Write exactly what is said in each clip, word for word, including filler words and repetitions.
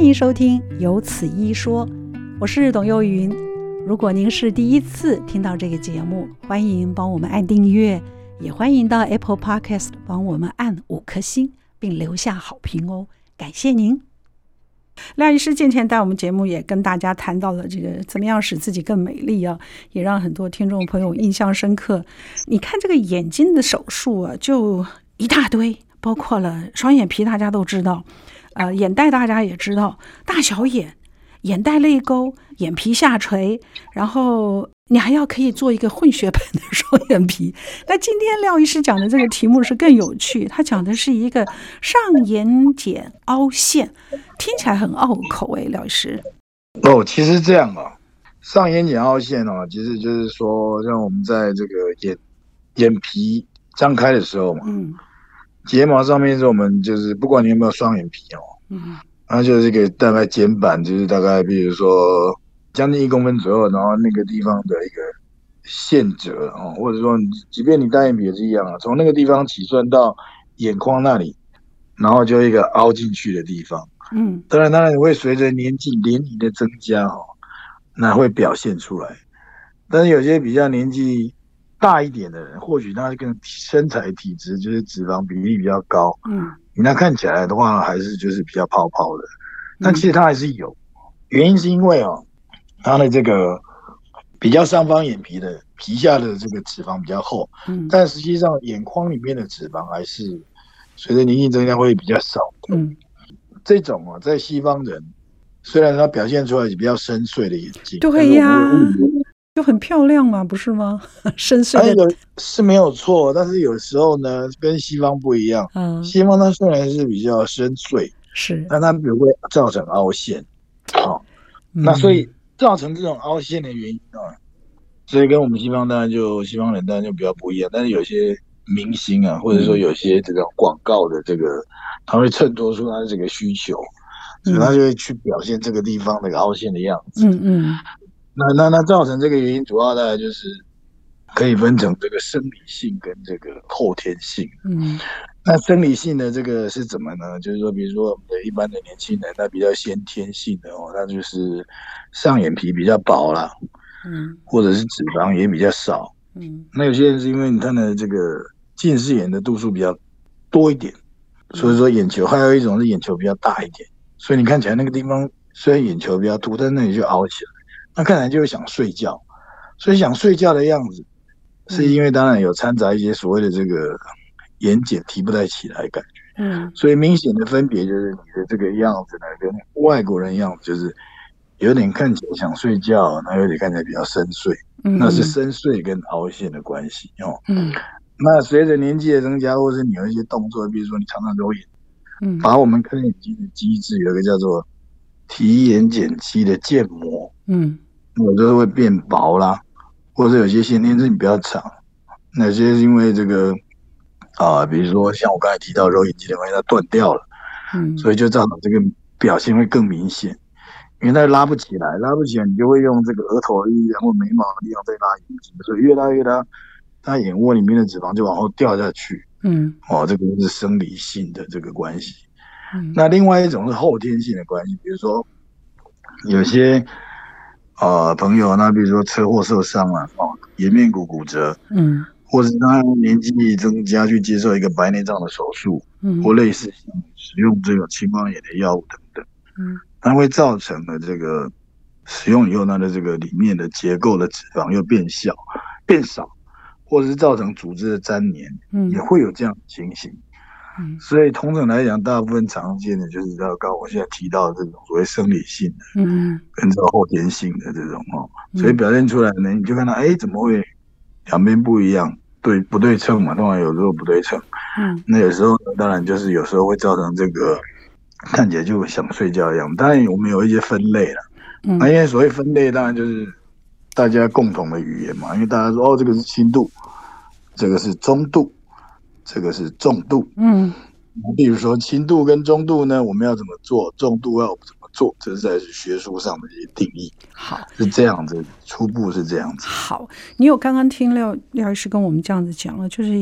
迎收听有此一说，我是董幼云。如果您是第一次听到这个节目，欢迎帮我们按订阅，也欢迎到 Apple Podcast 帮我们按五颗星并留下好评哦，感谢您。廖医师之前带我们节目也跟大家谈到了这个怎么样使自己更美丽啊，也让很多听众朋友印象深刻。你看这个眼睛的手术啊，就一大堆，包括了双眼皮大家都知道，呃，眼袋大家也知道，大小眼、眼袋泪沟、眼皮下垂，然后你还要可以做一个混血版的双眼皮。那今天廖医师讲的这个题目是更有趣，他讲的是一个上眼睑凹陷，听起来很拗口诶，廖医师。 哦，其实这样哦，上眼睑凹陷哦，其实就是说，像我们在这个眼眼皮张开的时候嘛，嗯，睫毛上面是我们就是不管你有没有双眼皮哦，嗯，它就是一个大概睑板，就是大概比如说将近一公分左右，然后那个地方的一个线折哦，或者说即便你单眼皮也是一样啊，从那个地方起算到眼眶那里，然后就一个凹进去的地方。嗯，当然，当然会随着年纪年龄的增加哈，那会表现出来。但是有些比较年纪大一点的人，或许他跟身材体质就是脂肪比例比较高，嗯，你那看起来的话还是就是比较泡泡的。但其实它还是有，原因是因为哦，它的这个比较上方眼皮的皮下的这个脂肪比较厚，嗯，但实际上眼眶里面的脂肪还是随着年纪增加会比较少的。嗯。这种啊，在西方人虽然它表现出来比较深邃的眼睛， 对呀，就很漂亮嘛，不是吗？深邃的有是没有错，但是有时候呢，跟西方不一样。嗯，西方它虽然是比较深邃， 是， 但它不会造成凹陷。好、哦嗯，那所以造成这种凹陷的原因啊，所以跟我们西方当然就西方人当然就比较不一样，但是有些明星啊，或者说有些这种广告的这个。他会衬托出他的这个需求，所以他就会去表现这个地方那个凹陷的样子。嗯嗯。那那那造成这个原因，主要大概就是可以分成这个生理性跟这个后天性。嗯。那生理性的这个是怎么呢？就是说，比如说我们的一般的年轻人，他比较先天性的哦，他就是上眼皮比较薄啦，嗯，或者是脂肪也比较少。嗯。那有些人是因为他的这个近视眼的度数比较多一点。所以说眼球还有一种是眼球比较大一点，所以你看起来那个地方虽然眼球比较凸，但那里就凹起来，那看起来就会想睡觉，所以想睡觉的样子，是因为当然有掺杂一些所谓的这个眼睑提不太起来的感觉，嗯，所以明显的分别就是你的这个样子呢，跟外国人样子就是有点看起来想睡觉，然后有点看起来比较深邃，嗯，那是深邃跟凹陷的关系哦，嗯。那随着年纪的增加，或是你有一些动作，比如说你常常揉眼，嗯，把我们看眼睛的机制有一个叫做提眼睑肌的腱膜，嗯，有时候会变薄啦，或者有些先天性比较长，那些是因为这个啊、呃，比如说像我刚才提到揉眼肌的关系，它断掉了，嗯，所以就造成这个表现会更明显，因为它拉不起来，拉不起来，你就会用这个额头的力量或眉毛的力量在拉眼睛，所以越拉越拉。它眼窝里面的脂肪就往后掉下去，嗯，哦，这个是生理性的这个关系。嗯，那另外一种是后天性的关系，比如说有些呃朋友，那比如说车祸受伤了，哦，颜面骨骨折，嗯，或是他年纪增加去接受一个白内障的手术，嗯，或类似使用这种青光眼的药物等等，嗯，它会造成了这个使用以后，它的这个里面的结构的脂肪又变小、变少。或者是造成组织的粘连，嗯，也会有这样的情形。嗯，所以通常来讲，大部分常见的就是要刚我现在提到的这种所谓生理性的，嗯，跟这个后天性的这种哦，所以表现出来呢，你就看到，哎，怎么会两边不一样？对，不对称嘛，通常有时候不对称。嗯，那有时候呢，当然就是有时候会造成这个看起来就想睡觉一样。当然我们有一些分类了，嗯，那因为所谓分类，当然就是大家共同的语言嘛，因为大家说哦，这个是轻度，这个是中度，这个是重度。嗯，比如说轻度跟中度呢，我们要怎么做？重度要怎么做？这是在学术上的一些定义。 好， 是这样子，初步是这样子。 好，你有刚刚听廖廖医师跟我们这样子讲了，就是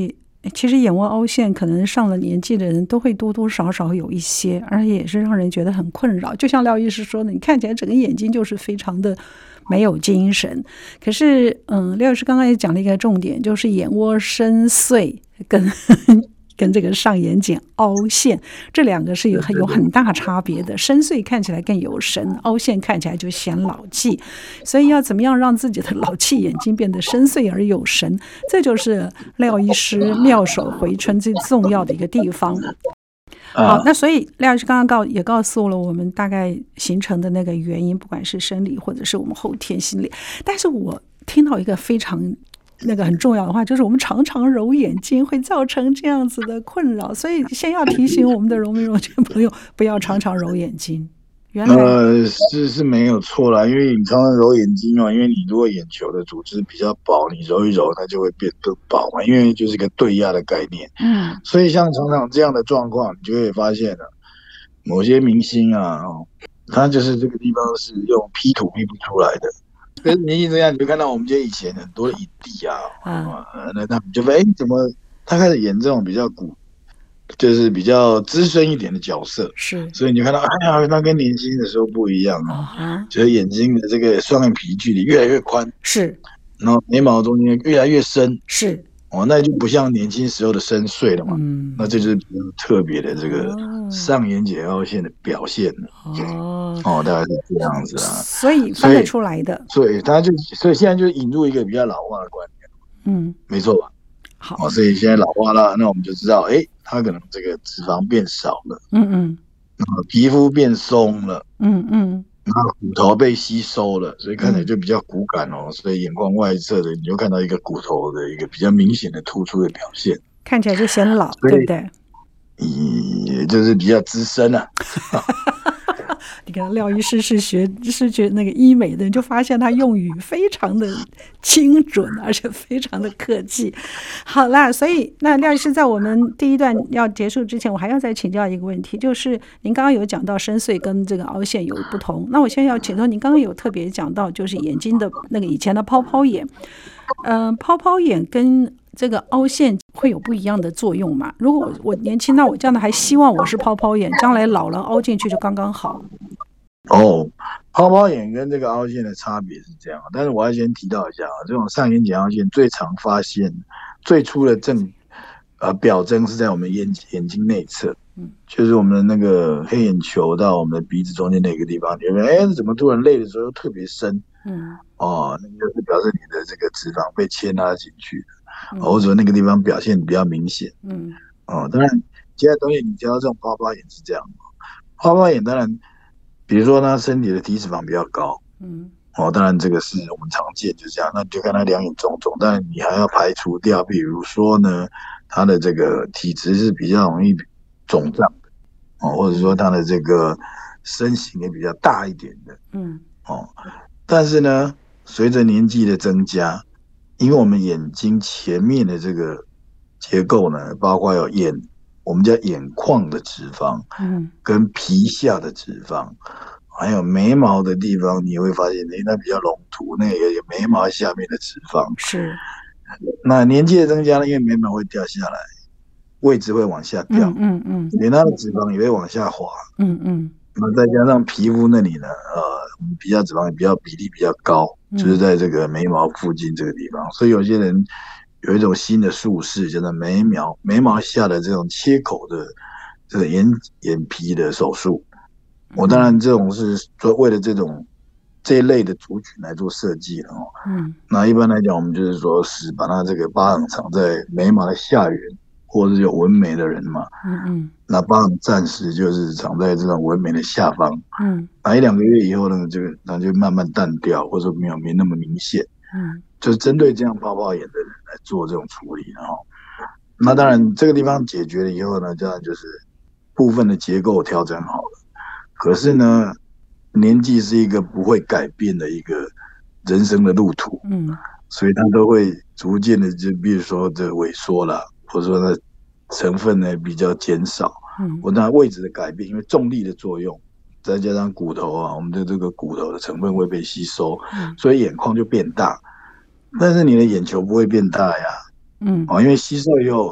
其实眼窝凹陷可能上了年纪的人都会多多少少有一些，而且也是让人觉得很困扰。就像廖医师说的，你看起来整个眼睛就是非常的没有精神。可是，嗯，廖医师刚刚也讲了一个重点，就是眼窝深邃跟跟这个上眼睑凹陷这两个是有有很大差别的。深邃看起来更有神，凹陷看起来就显老气。所以要怎么样让自己的老气眼睛变得深邃而有神，这就是廖医师妙手回春最重要的一个地方。好，那所以廖医师刚刚告也告诉了我们大概形成的那个原因，不管是生理或者是我们后天心理。但是我听到一个非常那个很重要的话，就是我们常常揉眼睛会造成这样子的困扰，所以先要提醒我们的柔明柔圈朋友不要常常揉眼睛。原来呃是是没有错啦，因为你常常揉眼睛哦，因为你如果眼球的组织比较薄，你揉一揉它就会变更薄嘛，因为就是一个对压的概念。 嗯， 所以像常常这样的状况，你就会发现了某些明星啊，哦，他就是这个地方是用 P 图 P 不出来的。跟明星这样，你就看到我们这以前很多的影帝啊，啊，那他们就哎、欸、怎么他开始演这种比较古。就是比较资深一点的角色， 是， 所以你就看到，哎呀，他跟年轻的时候不一样哦，uh-huh. 就是眼睛的这个双眼皮距离越来越宽， 是， 然后眉毛中间越来越深， 是， 哦，那就不像年轻时候的深邃了嘛，嗯，那这就是比较特别的这个上眼睑凹陷的表现了，哦，哦，大概是这样子啊， 所以分得出来的， 所以他就，所以现在就引入一个比较老化的观念，嗯，没错吧？ 好， 哦，所以现在老化了，那我们就知道，哎，它可能这个脂肪变少了，嗯嗯，然后皮肤变松了，嗯嗯，然后骨头被吸收了，所以看起来就比较骨感哦，所以眼眶外侧的你就看到一个骨头的一个比较明显的突出的表现， 看起来就显老，对不对？ 也就是比较资深啊。 你看廖医师是学是学那个医美的，你就发现他用语非常的精准，而且非常的客气。好啦，所以那廖医师在我们第一段要结束之前，我还要再请教一个问题，就是您刚刚有讲到深邃跟这个凹陷有不同，那我现在要请教您，刚刚有特别讲到就是眼睛的那个以前的泡泡眼，嗯、呃，泡泡眼跟这个凹陷会有不一样的作用嘛？如果我我年轻到我这样的还希望我是泡泡眼，将来老了凹进去就刚刚好。 哦，泡泡眼跟这个凹陷的差别是这样，但是我要先提到一下啊，这种上眼睑凹陷最常发现，最初的症呃表征是在我们眼眼睛内侧，嗯，就是我们的那个黑眼球到我们的鼻子中间那个地方，你会发现，哎，怎么突然累的时候又特别深，嗯，哦，那就是表示你的这个脂肪被牵拉进去的，嗯，或者那个地方表现比较明显，嗯，哦，当然，其他东西你提到这种泡泡眼是这样，泡泡眼当然。比如说他身体的体脂肪比较高，嗯，哦，当然这个是我们常见，就这样，那你就看他两眼肿肿，但你还要排除掉，比如说呢，他的这个体质是比较容易肿胀的，哦，或者说他的这个身形也比较大一点的，嗯，哦，但是呢，随着年纪的增加，因为我们眼睛前面的这个结构呢，包括有眼。我们叫眼眶的脂肪，嗯，跟皮下的脂肪，还有眉毛的地方，你会发现，哎，那比较笼统，那个有眉毛下面的脂肪是。 那年纪的增加呢，因为眉毛会掉下来，位置会往下掉，嗯嗯，脸上的脂肪也会往下滑，嗯嗯，那再加上皮肤那里呢，呃，我们皮下脂肪也比较比例比较高，就是在这个眉毛附近这个地方，所以有些人。有一种新的术式叫做眉毛，眉毛下的这种切口的这个眼眼皮的手术。我当然这种是做为了这种这一类的族群来做设计的哦。嗯，那一般来讲，我们就是说是把它这个疤痕藏在眉毛的下缘，或者是有纹眉的人嘛。嗯嗯，那疤痕暂时就是藏在这种纹眉的下方。嗯，那一两个月以后呢，就那就慢慢淡掉，或者说没有没那么明显。嗯。就是针对这样泡泡眼的人来做这种处理，然后，那当然这个地方解决了以后呢，当然就是部分的结构调整好了。可是呢，年纪是一个不会改变的一个人生的路途，嗯，所以它都会逐渐的就比如说这萎缩了，或者说呢成分呢比较减少，嗯，或者位置的改变，因为重力的作用，再加上骨头啊，我们的这个骨头的成分会被吸收，嗯，所以眼眶就变大。但是你的眼球不会变大呀，嗯，哦，因为吸收以后，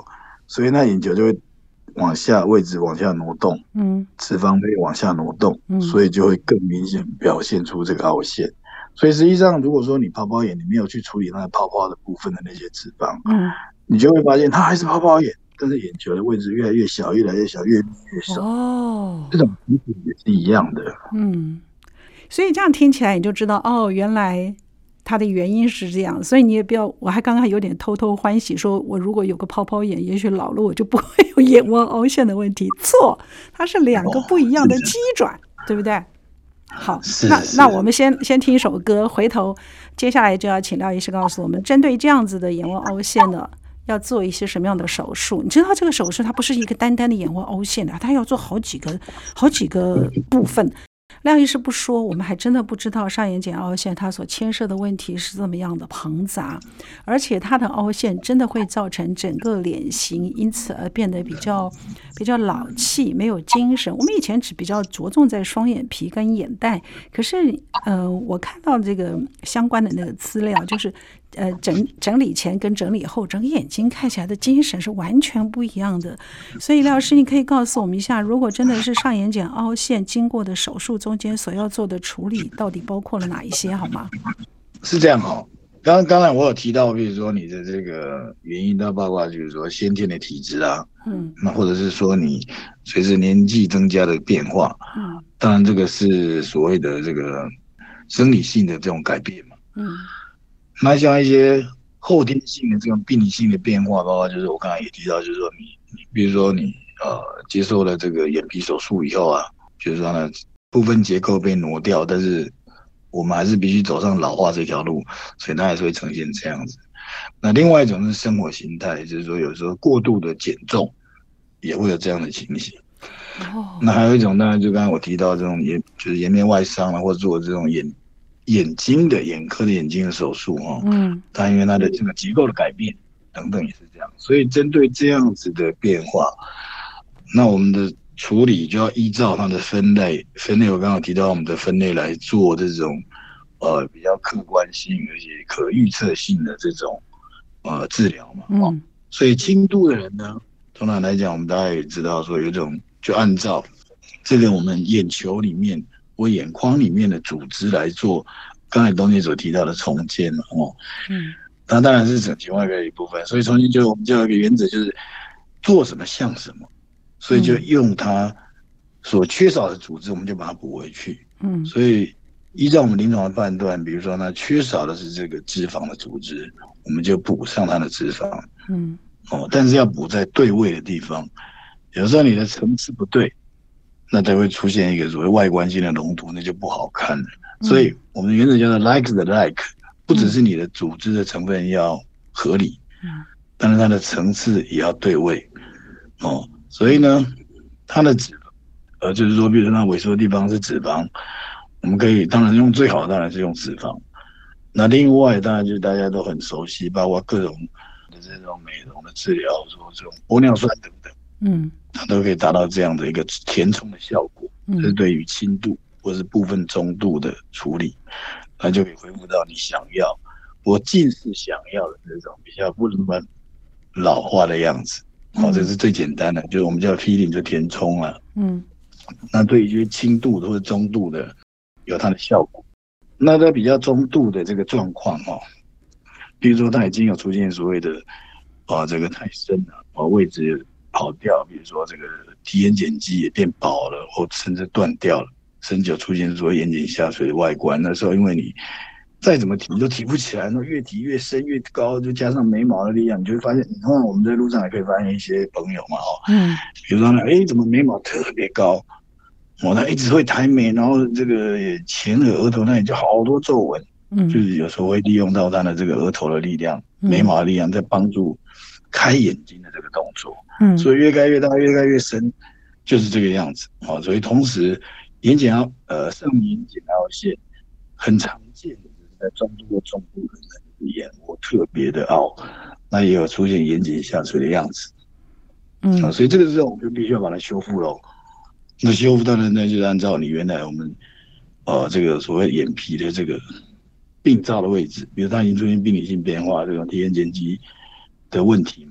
所以那眼球就会往下位置往下挪动， 嗯， 脂肪会往下挪动， 嗯， 所以就会更明显表现出这个凹陷。所以实际上，如果说你泡泡眼你没有去处理那个泡泡的部分的那些脂肪，嗯，你就会发现它还是泡泡眼，但是眼球的位置越来越小，越来越小，越密越少。哦，这种其实也是一样的。 嗯，所以这样听起来你就知道，哦，原来它的原因是这样。所以你也不要，我还刚刚有点偷偷欢喜，说我如果有个泡泡眼，也许老了我就不会有眼窝凹陷的问题。错，它是两个不一样的机转，哦，对不对？好，那那我们先先听一首歌，回头接下来就要请廖医师告诉我们，针对这样子的眼窝凹陷呢，要做一些什么样的手术？你知道这个手术它不是一个单单的眼窝凹陷的，它要做好几个好几个部分。廖医师不说，我们还真的不知道上眼睑凹陷它所牵涉的问题是这么样的庞杂，而且它的凹陷真的会造成整个脸型因此而变得比较比较老气，没有精神。我们以前只比较着重在双眼皮跟眼袋，可是呃，我看到这个相关的那个资料，就是呃整整理前跟整理后，整个眼睛看起来的精神是完全不一样的。所以廖老师，你可以告诉我们一下，如果真的是上眼睑凹陷经过的手术中间所要做的处理，到底包括了哪一些，好吗？ 是这样哈，刚刚才我有提到，比如说你的这个原因，那包括就是说先天的体质啊，嗯，那或者是说你随着年纪增加的变化，嗯，当然这个是所谓的这个生理性的这种改变嘛，嗯，那像一些后天性的这种病理性的变化，包括就是我刚才也提到，就是说你你比如说你呃接受了这个眼皮手术以后啊，就是说呢部分结构被挪掉，但是我们还是必须走上老化这条路，所以它还是会呈现这样子。那另外一种是生活形态，就是说有时候过度的减重也会有这样的情形。哦，那还有一种当然就刚才我提到这种眼就是颜面外伤啊，或者做这种眼眼睛的眼科的眼睛的手术哦，嗯，它因为它的这个结构的改变等等也是这样，所以针对这样子的变化，那我们的处理就要依照它的分类，分类我刚刚提到我们的分类来做这种呃比较客观性而且可预测性的这种呃治疗嘛，嗯，所以轻度的人呢，通常来讲我们大家也知道说有一种就按照这个我们眼球里面或眼眶里面的组织来做刚才东尼所提到的重建嘛，哦，嗯，那当然是整形外科的一部分，所以重建就我们就有一个原则，就是做什么像什么。所以就用它所缺少的组织，我们就把它补回去。嗯，所以依照我们临床的判断，比如说它缺少的是这个脂肪的组织，我们就补上它的脂肪。嗯，哦，但是要补在对位的地方。有时候你的层次不对，那才会出现一个所谓外观性的隆突，那就不好看了。嗯，所以我们的原则叫做 like the like， 不只是你的组织的成分要合理，嗯，但是它的层次也要对位。哦。所以呢，它的脂，呃，就是说，比如说它萎缩的地方是脂肪，我们可以当然用最好的当然是用脂肪。那另外当然就是大家都很熟悉，包括各种的这种美容的治疗，说这种玻尿酸等等，嗯，它都可以达到这样的一个填充的效果。嗯，这是对于轻度或是部分中度的处理，它就可以恢复到你想要，我尽是想要的这种比较不那么老化的样子。好，这是最简单的，就是我们叫 filling 就填充了。嗯，那对于一些轻度的或者中度的有它的效果。那在比较中度的这个状况哈，比如说它已经有出现所谓的啊这个太深了，啊位置跑掉，比如说这个提眼睑肌也变薄了，或甚至断掉了，甚至有出现所谓眼睑下垂的外观。那时候因为你再怎么提都提不起来，那越提越深越高，就加上眉毛的力量，你就会发现，你通常我们在路上也可以发现一些朋友嘛，哦，嗯，比如说呢，哎，怎么眉毛特别高，哦，他一直会抬眉，然后这个前额额头那里就好多皱纹，嗯，就是有时候会利用到他的这个额头的力量、眉毛的力量，在帮助开眼睛的这个动作，嗯，所以越开越大，越开越深，就是这个样子，哦，所以同时眼睑凹呃上眼睑凹陷很常见的。在中度或中度的人眼窝特别的凹，那也有出现眼睑下垂的样子，嗯，啊，所以这个时候我们就必须要把它修复喽。那修复当然呢，就是按照你原来我们呃这个所谓眼皮的这个病灶的位置，比如它已经出现病理性变化，这种提眼睑肌的问题嘛，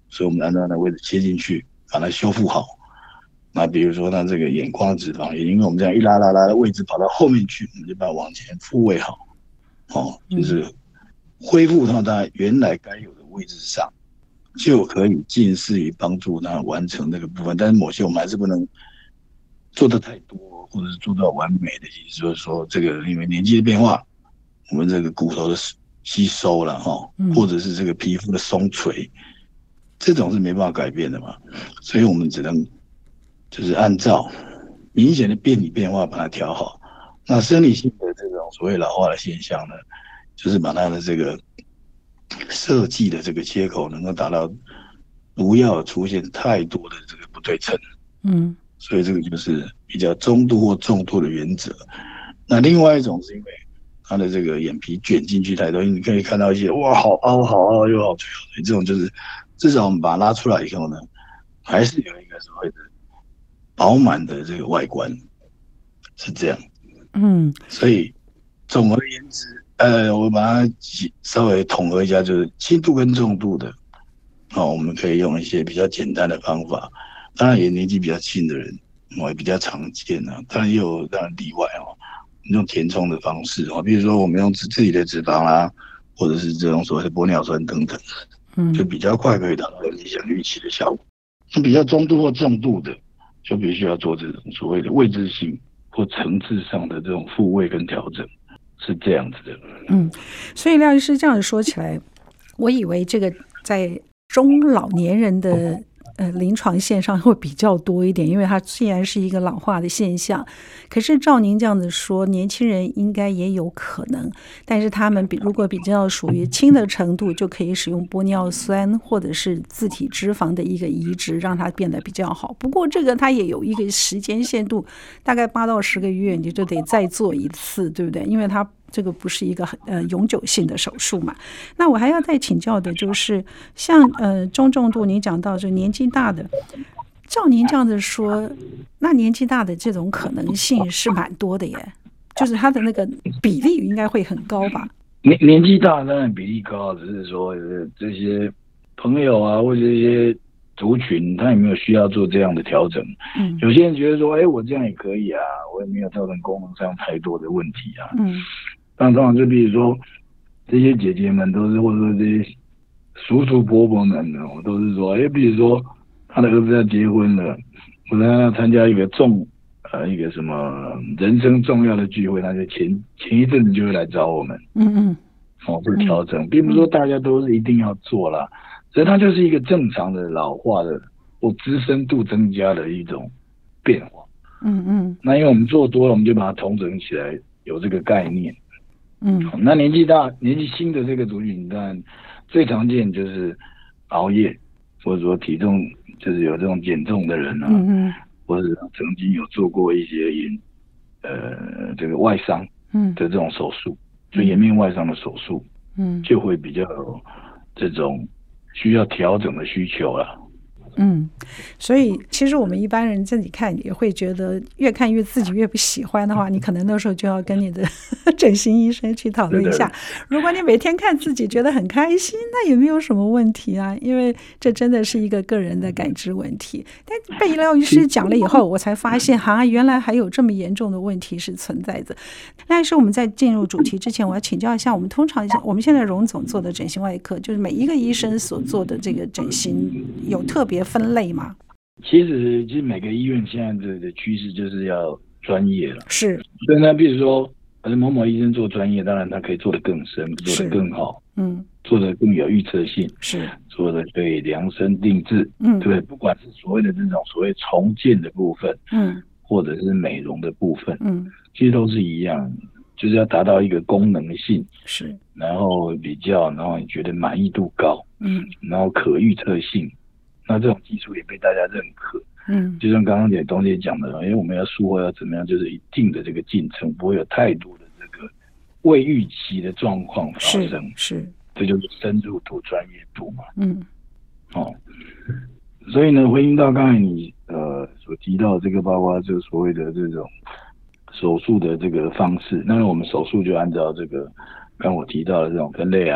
所以我们按照那位置切进去，把它修复好。那比如说，那这个眼眶脂肪，也因为我们这样一拉拉拉的位置跑到后面去，我们就把它往前复位好，哦，就是恢复到它原来该有的位置上，就可以近似于帮助它完成这个部分。但是某些我们还是不能做得太多，或者是做到完美的，意思就是说，这个因为年纪的变化，我们这个骨头的吸收了哈，或者是这个皮肤的松垂，这种是没办法改变的嘛，所以我们只能。就是按照明显的变理变化把它调好。那生理性的这种所谓老化的现象呢，就是把它的这个设计的这个切口能够达到不要出现太多的这个不对称。嗯，所以这个就是比较中度或重度的原则。那另外一种是因为它的这个眼皮卷进去太多，你可以看到一些哇好凹好凹又好垂好垂，这种就是至少我们把它拉出来以后呢，还是有一个所谓的饱满的这个外观是这样，嗯，所以总而言之，呃，我把它稍微统合一下，就是轻度跟重度的，哦，我们可以用一些比较简单的方法，当然也年纪比较轻的人，哦，也比较常见啊，当然也有当然例外哦，用填充的方式哦，比如说我们用自自己的脂肪啦，或者是这种所谓的玻尿酸等等，嗯，就比较快可以达到你想预期的效果。那比较中度或重度的，就必须要做这种所谓的位置性或层次上的这种复位跟调整，是这样子的。 嗯，所以廖医师这样说起来，我以为这个在中老年人的呃临床线上会比较多一点，因为它虽然是一个老化的现象，可是照您这样子说，年轻人应该也有可能，但是他们比如果比较属于轻的程度，就可以使用玻尿酸或者是自体脂肪的一个移植，让它变得比较好。不过这个它也有一个时间限度，大概八到十个月你就得再做一次，对不对？因为它这个不是一个呃永久性的手术嘛。那我还要再请教的就是，像呃中重度，您讲到就年纪大的，照您这样子说，那年纪大的这种可能性是蛮多的耶，就是它的那个比例应该会很高吧？ 年年纪大当然比例高，只是说这些朋友啊或者这些族群，他有没有需要做这样的调整？嗯，有些人觉得说，哎，我这样也可以啊，我也没有造成功能上太多的问题啊。嗯。但通常就比如说这些姐姐们都是，或者说这些叔叔伯伯们呢，我都是说，哎，比如说他的儿子要结婚了，或者他要参加一个重呃一个什么人生重要的聚会，他就前前一阵子就会来找我们，嗯嗯，哦，做调整，并不是说大家都是一定要做啦，所以它就是一个正常的老化的或资深度增加的一种变化，嗯嗯，那因为我们做多了，我们就把它统整起来，有这个概念。嗯，那年纪大、年纪轻的这个族群，当然最常见就是熬夜，或者说体重就是有这种减重的人啊，嗯嗯，或者曾经有做过一些眼呃这个外伤的这种手术，嗯，就颜面外伤的手术，嗯，就会比较有这种需要调整的需求了。 嗯，所以其实我们一般人自己看也会觉得，越看越自己越不喜欢的话，你可能那时候就要跟你的整形医生去讨论一下。如果你每天看自己觉得很开心，那也没有什么问题啊，因为这真的是一个个人的感知问题。但被廖医师讲了以后，我才发现哈，原来还有这么严重的问题是存在的。但是我们在进入主题之前，我要请教一下，我们通常我们现在荣总做的整形外科，就是每一个医生所做的这个整形有特别分类吗？ 其实，其实每个医院现在的的趋势就是要专业了。 是， 所以呢，比如说，某某医生做专业，当然他可以做得更深，做得更好，嗯，做得更有预测性， 是， 做得可以量身定制，嗯，对不对？不管是所谓的这种所谓重建的部分，嗯，或者是美容的部分，嗯，其实都是一样，就是要达到一个功能性， 是， 然后比较，然后你觉得满意度高，嗯，然后可预测性。那这种技术也被大家认可，嗯，就像刚刚姐董姐讲的，因为我们要术后要怎么样，就是一定的这个进程，不会有太多的这个未预期的状况发生， 是，是， 这就是深入度、专业度嘛，嗯，哦，所以呢，回应到刚才你呃所提到这个，包括这个所谓的这种手术的这个方式，那我们手术就按照这个刚我提到的这种分类啊，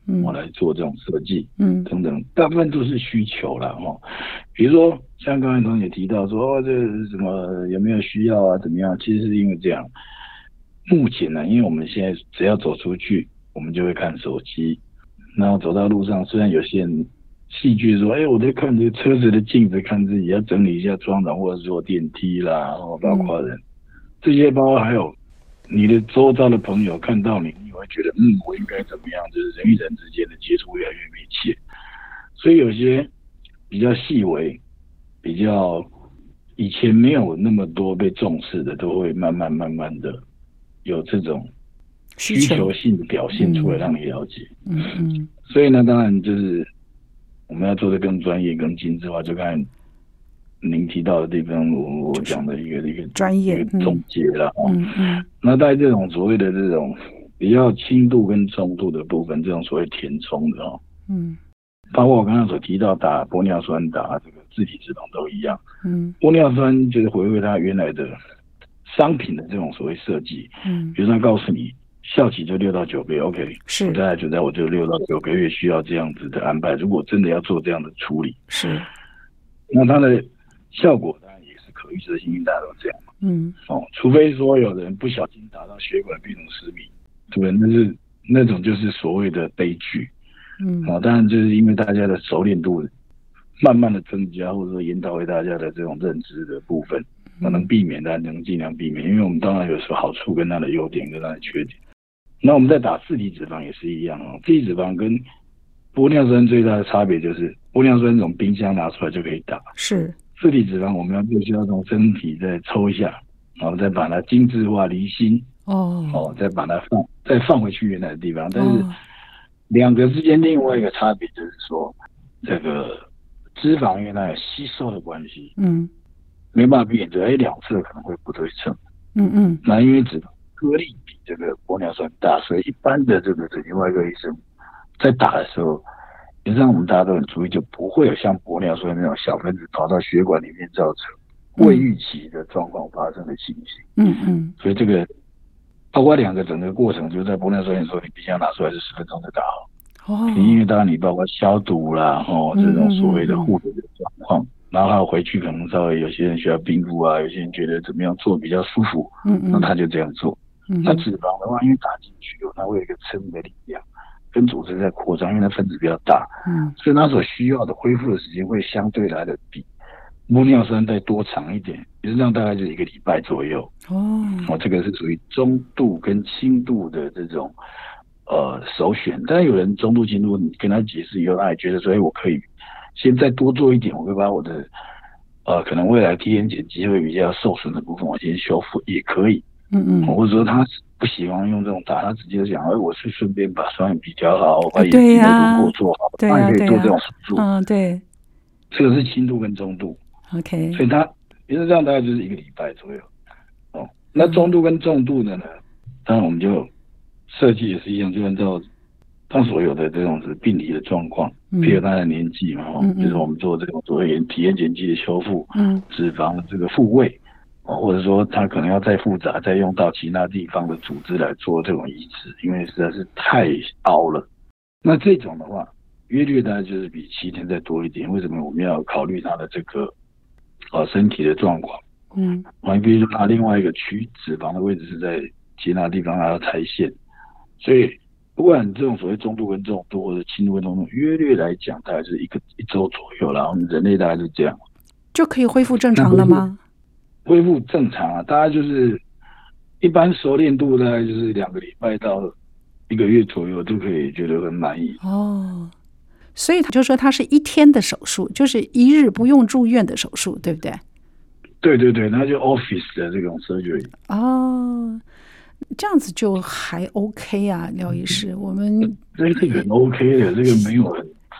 嗯，我来做这种设计， 嗯， 等等，大部分都是需求啦哈。比如说像刚才同学提到说，哦，这什么有没有需要啊，怎么样？其实是因为这样，目前呢，因为我们现在只要走出去，我们就会看手机，然后走到路上，虽然有些人戏剧说，哎，我在看这车子的镜子，看自己要整理一下装潢，或者是坐电梯啦，然后包括人、嗯、这些，包括还有你的周遭的朋友看到你，你会觉得，嗯，我应该怎么样？就是人与人之间的接触越来越密切，所以有些比较细微、比较以前没有那么多被重视的，都会慢慢慢慢的有这种需求性的表现出来，让你了解。 嗯嗯。 所以呢，当然就是我们要做的更专业、更精致化，就看您提到的地方，我我讲的一个、就是、一个专业一个总结了啊。 嗯嗯。 那在这种所谓的这种比较轻度跟重度的部分，这种所谓填充的哦， 嗯， 包括我刚刚所提到打玻尿酸、打这个自体脂肪都一样。 嗯， 玻尿酸就是回归它原来的商品的这种所谓设计。 嗯， 比如说告诉你效期就六到九个月 ，OK， 是， 大概就在我这六到九个月需要这样子的安排。如果真的要做这样的处理， 是， 那它的效果当然也是可预测性，大家都这样嘛。 嗯， 哦，除非说有人不小心打到血管变成失明，对不对？那是那种就是所谓的悲剧。 嗯， 哦，当然就是因为大家的熟练度慢慢的增加，或者说引导给大家的这种认知的部分，那能避免当然能尽量避免，因为我们当然有时候好处跟它的优点跟它的缺点。那我们在打自体脂肪也是一样哦，自体脂肪跟玻尿酸最大的差别就是玻尿酸从冰箱拿出来就可以打， 是自体脂肪我们要必须要从身体再抽一下，然后再把它精致化离心哦哦，再把它放再放回去原来的地方。但是两个之间另外一个差别就是说，这个脂肪因为它有吸收的关系， 嗯， 没办法避免这哎两侧可能会不对称， 嗯嗯， 那因为脂肪颗粒比这个玻尿酸大，所以一般的这个整形外科医生在打的时候，实际上我们大家都很注意，就不会有像玻尿酸那种小分子跑到血管里面造成未预期的状况发生的情形。 嗯嗯， 所以这个包括两个整个过程，就在玻尿酸的时候，你冰箱拿出来是十分钟就打好。哦，因为当然你包括消毒啦，哦这种所谓的护理的状况。嗯嗯嗯，然后还有回去可能稍微有些人需要冰敷啊，有些人觉得怎么样做比较舒服，嗯嗯，那他就这样做。嗯，那脂肪的话，因为打进去它会有一个撑的力量，跟组织在扩张，因为它分子比较大，嗯，所以它所需要的恢复的时间会相对来的比玻尿酸再多长一点，也是这样，大概就是一个礼拜左右。哦，哦，这个是属于中度跟轻度的这种呃首选。但是有人中度、轻度，你跟他解释以后，他也觉得说，哎，我可以先再多做一点，我会把我的呃可能未来提眼睑肌会比较受损的部分，我先修复也可以。嗯嗯，或者说他不喜欢用这种打，他直接讲，哎，我是顺便把双眼皮调好，把眼睛的轮廓做好，他也可以做这种手术。 嗯，对， 这个是轻度跟中度。OK， 所以他也是这样，大概就是一个礼拜左右。哦，那中度跟重度的呢，当然我们就设计也是一样，就按照他所有的这种是病理的状况，譬如他的年纪嘛，哦、嗯，就是我们做这种所谓体眼睑肌的修复，嗯，脂肪的这个复位。或者说他可能要再复杂，再用到其他地方的组织来做这种移植，因为实在是太凹了。那这种的话，约略大概就是比七天再多一点。为什么我们要考虑他的这个呃身体的状况？嗯，啊，比如说他另外一个取脂肪的位置是在其他地方，还要拆线，所以不管这种所谓中度跟重度或者轻度跟重度，约略来讲大概是一个一周左右，然后人类大概是这样， 就可以恢复正常了吗？ 恢复正常啊，大概就是一般熟练度大概就是两个礼拜到一个月左右都可以觉得很满意。 哦，所以就说它是一天的手术，就是一日不用住院的手术，对不对？ 对对对，那就 office 的这种 surgery。 哦，这样子就还 OK 啊，廖医师，我们这个很 OK 的，这个没有很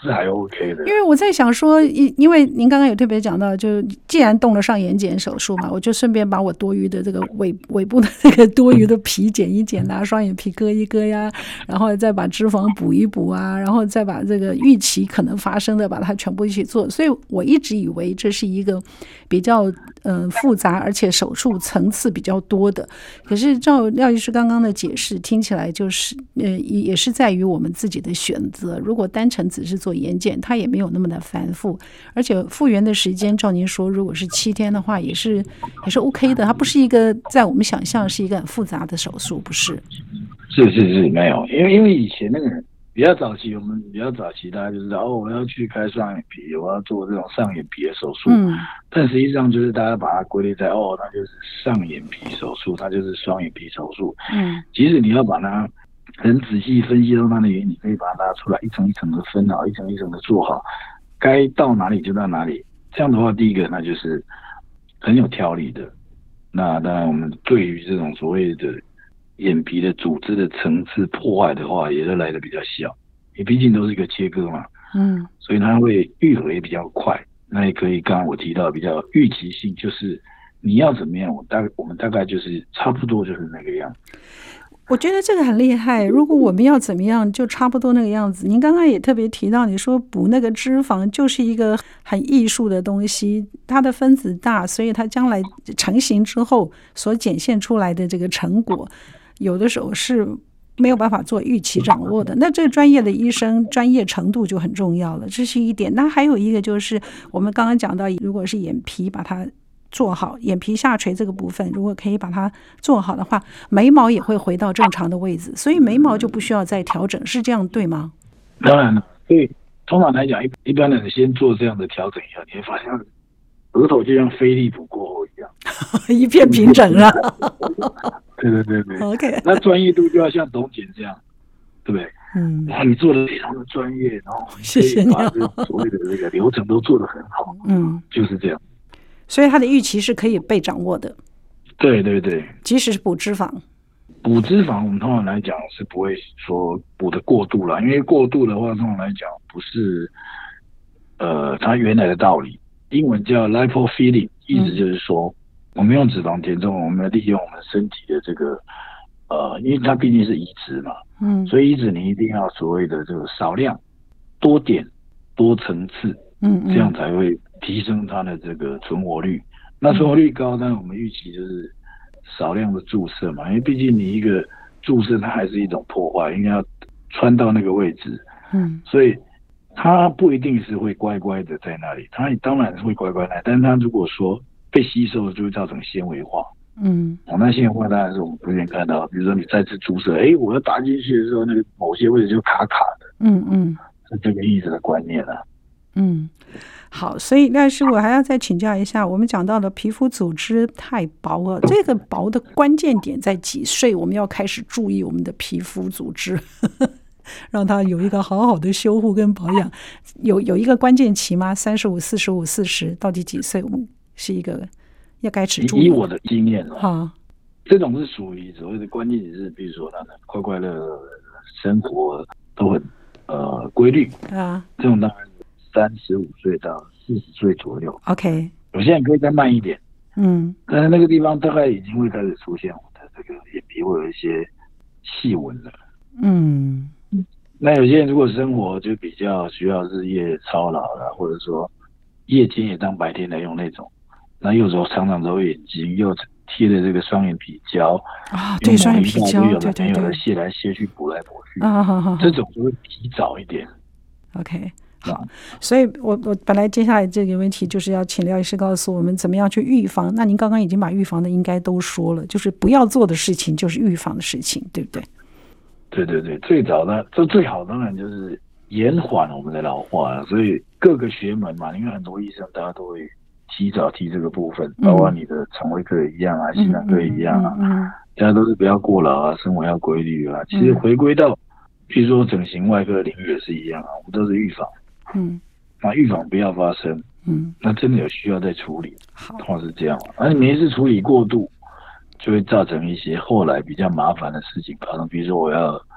是还 OK 的。 因为我在想说，因因为您刚刚有特别讲到，就既然动了上眼睑手术嘛，我就顺便把我多余的这个尾尾部的这个多余的皮剪一剪啊，双眼皮割一割呀，然后再把脂肪补一补啊，然后再把这个预期可能发生的把它全部一起做。所以我一直以为这是一个比较呃复杂，而且手术层次比较多的。可是照廖医师刚刚的解释，听起来就是呃也是在于我们自己的选择。如果单程只是做眼睑，它也没有那么的繁复，而且复原的时间，照您说，如果是七天的话，也是也是 OK 的。它不是一个在我们想象是一个很复杂的手术，不是？ 是是是，没有，因为因为以前那个比较早期，我们比较早期大家就知道哦，我要去开双眼皮，我要做这种上眼皮的手术。嗯，但实际上就是大家把它归类在哦，那就是上眼皮手术，它就是双眼皮手术。嗯，即使你要把它很仔细分析到它的原因，你可以把它拉出来，一层一层的分好，一层一层的做好，该到哪里就到哪里。这样的话，第一个那就是很有条理的。那当然，我们对于这种所谓的眼皮的组织的层次破坏的话，也是来得比较小。你毕竟都是一个切割嘛，嗯，所以它会愈合也比较快。那也可以，刚刚我提到比较预期性，就是你要怎么样，我大我们大概就是差不多就是那个样子。 我觉得这个很厉害。如果我们要怎么样，就差不多那个样子。您刚刚也特别提到，你说补那个脂肪就是一个很艺术的东西，它的分子大，所以它将来成型之后所显现出来的这个成果，有的时候是没有办法做预期掌握的。那这个专业的医生专业程度就很重要了，这是一点。那还有一个就是我们刚刚讲到，如果是眼皮把它做好，眼皮下垂这个部分如果可以把它做好的话，眉毛也会回到正常的位置，所以眉毛就不需要再调整，是这样对吗？ 当然了，所以通常来讲，一一般人先做这样的调整以后，你会发现额头就像飞利浦过后一样一片平整了对对对对 OK 那专业度就要像董姐这样，对不对？嗯，然后你做的非常的专业，然后谢谢你把这所谓的这个流程都做得很好，嗯，就是这样。 所以它的预期是可以被掌握的。 对对对， 即使是补脂肪， 补脂肪我们通常来讲是不会说补的过度了，因为过度的话通常来讲不是呃它原来的道理。英文叫 lipofilling， 意思就是说、嗯、我们用脂肪填充，我们利用我们身体的这个呃，因为它毕竟是移植嘛，嗯，所以移植你一定要所谓的这个少量、多点、多层次，嗯, 嗯，这样才会提升它的这个存活率。那存活率高，但是我们预期就是少量的注射嘛，因为毕竟你一个注射它还是一种破坏，应该要穿到那个位置，嗯，所以它不一定是会乖乖的在那里，它当然是会乖乖的，但是它如果说被吸收，就会造成纤维化。嗯，哦，那纤维化当然是我们普遍看到，比如说你再次注射，哎，我要打进去的时候，那个某些位置就卡卡的。嗯嗯，是这个意思的观念啊。 嗯，好，所以但是我还要再请教一下，我们讲到的皮肤组织太薄了，这个薄的关键点在几岁我们要开始注意我们的皮肤组织让它有一个好好的修护跟保养，有有一个关键期吗？三十五、四十五、四十，到底几岁我们是一个要开始注意？ 以我的经验哈、哦， 这种是属于所谓的关键是，比如说他的快快乐乐生活都很呃规律啊，这种当然三十五岁到四十岁左右 ，OK， 有些人可以再慢一点，嗯，但是那个地方大概已经会开始出现我的这个眼皮会有一些细纹了，嗯。那有些人如果生活就比较需要日夜操劳了，或者说夜间也当白天来用那种，那有时候常常揉眼睛，又贴的这个双眼皮胶啊，对，双眼皮胶， 有的没有的卸来卸去，补来补去啊，好好好，这种就会提早一点。 OK， 好，所以我我本来接下来这个问题就是要请廖医师告诉我们怎么样去预防。那您刚刚已经把预防的应该都说了，就是不要做的事情就是预防的事情，对不对？ 对对对，最早的这最好当然就是延缓我们的老化，所以各个学门嘛，因为很多医生大家都会提早提这个部分，嗯、包括你的肠胃科也一样啊，心脏科也一样啊，嗯嗯、大家都是不要过劳啊，生活要规律啊。其实回归到，譬如说整形外科领域也是一样啊，我们都是预防，嗯，那预防不要发生，嗯，那真的有需要再处理，通常是这样，而你每一次处理过度，就会造成一些后来比较麻烦的事情发生，比如说我要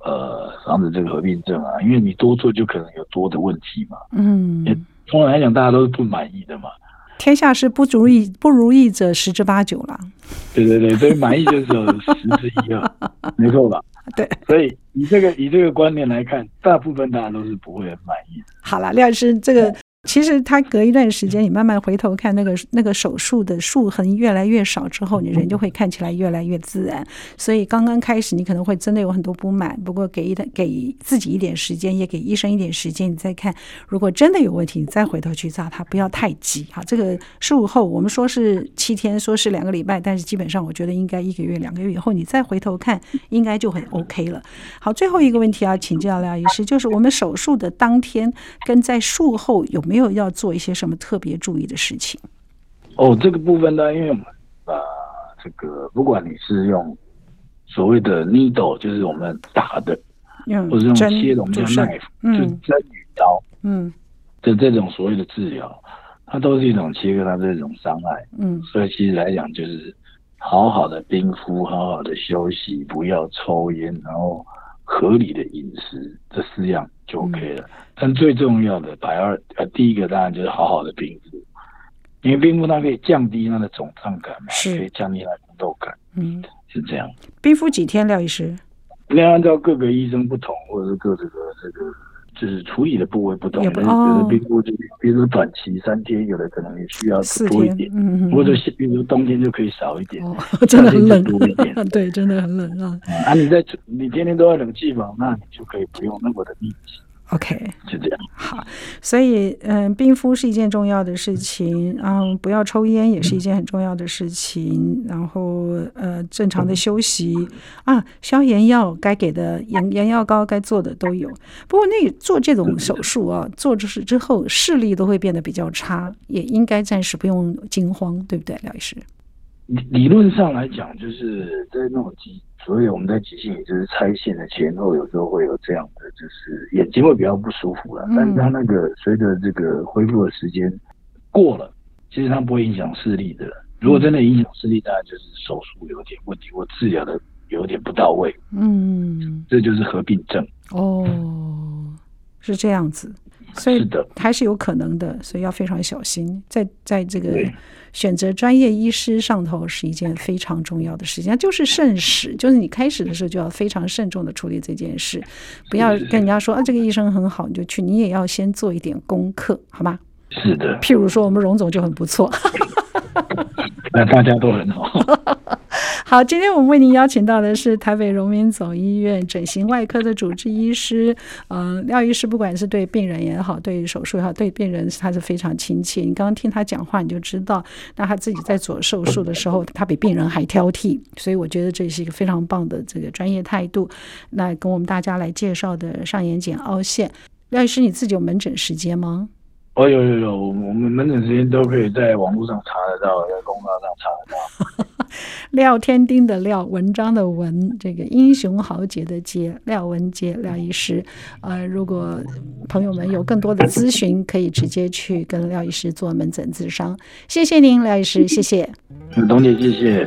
呃防止这个合并症啊，因为你多做就可能有多的问题嘛。 嗯， 通常来讲，大家都是不满意的嘛。 天下事不如意，不如意者十之八九啦。 对对对，所以满意就只有十之一二，没错吧？ 对， 所以以这个以这个观念来看，大部分大家都是不会很满意的。 好了，廖医师，这个其实他隔一段时间，你慢慢回头看那个那个手术的术痕越来越少之后，你人就会看起来越来越自然。所以刚刚开始你可能会真的有很多不满，不过给一给自己一点时间，也给医生一点时间，你再看，如果真的有问题，你再回头去找他，不要太急。好，这个术后我们说是七天，说是两个礼拜，但是基本上我觉得应该一个月、两个月以后，你再回头看，应该就很 OK 了。好，最后一个问题要请教廖医师，就是我们手术的当天跟在术后有没有要做一些什么特别注意的事情？ 哦，这个部分呢，因为我们呃，这个不管你是用所谓的 needle， 就是我们打的，嗯、或者用切的，我们叫 knife， 就针与刀，嗯，的这种所谓的治疗，它都是一种切割它这种伤害，嗯，所以其实来讲就是好好的冰敷，好好的休息，不要抽烟，然后合理的饮食，这四样就 OK 了。嗯、但最重要的排二呃，第一个当然就是好好的冰敷，因为冰敷它可以降低它的肿胀感嘛，可以降低它的疼痛感，嗯，是这样。 冰敷几天，廖医师？ 那按照各个医生不同，或者是各这个这个就是处理的部位不同，有的有的冰敷就比如说短期三天，有的可能也需要多一点，嗯嗯，或者比如冬天就可以少一点， 哦、真的很冷， 多一点， 对，真的很冷啊。 啊，你在你天天都在冷气房，那你就可以不用那么的密集。 OK， 就这样。 好，所以嗯，冰敷是一件重要的事情，然后不要抽烟也是一件很重要的事情，然后呃，正常的休息啊，消炎药该给的眼眼药膏该做的都有。不过那做这种手术啊，做就是之后视力都会变得比较差，也应该暂时不用惊慌，对不对，廖医师？ 理论上来讲，就是在那种急，所以我们在急性也就是拆线的前后，有时候会有这样的，就是眼睛会比较不舒服了。嗯、但是它那个随着这个恢复的时间过了，其实它不会影响视力的。如果真的影响视力，当然就是手术有点问题，或治疗的有点不到位。嗯，这就是合并症。 哦，是这样子。所以还是有可能的，所以要非常小心。在在这个选择专业医师上头是一件非常重要的事情，就是慎始，就是你开始的时候就要非常慎重的处理这件事，不要跟人家说啊这个医生很好你就去，你也要先做一点功课，好吗？ 是的。 譬如说我们荣总就很不错， 那大家都很好。 好，今天我们为您邀请到的是台北荣民总医院整形外科的主治医师，嗯、呃，廖医师，不管是对病人也好，对手术也好，对病人他是非常亲切。你刚刚听他讲话，你就知道，那他自己在做手术的时候，他比病人还挑剔，所以我觉得这是一个非常棒的这个专业态度。那跟我们大家来介绍的上眼睑凹陷，廖医师，你自己有门诊时间吗？ 哦，有有有，我们门诊时间都可以在网络上查得到，在公告上查得到。 廖天丁的廖，文章的文，这个英雄豪杰的杰，廖文杰廖医师。呃，如果朋友们有更多的咨询，可以直接去跟廖医师做门诊咨商。谢谢您，廖医师，谢谢。 董姐，谢谢。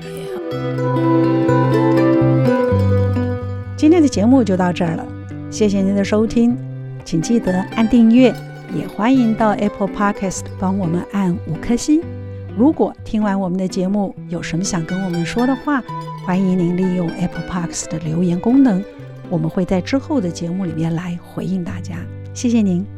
今天的节目就到这儿了，谢谢您的收听，请记得按订阅。也欢迎到 Apple Podcast 帮我们按五颗星。如果听完我们的节目有什么想跟我们说的话，欢迎您利用 Apple Podcast 的留言功能，我们会在之后的节目里面来回应大家。谢谢您。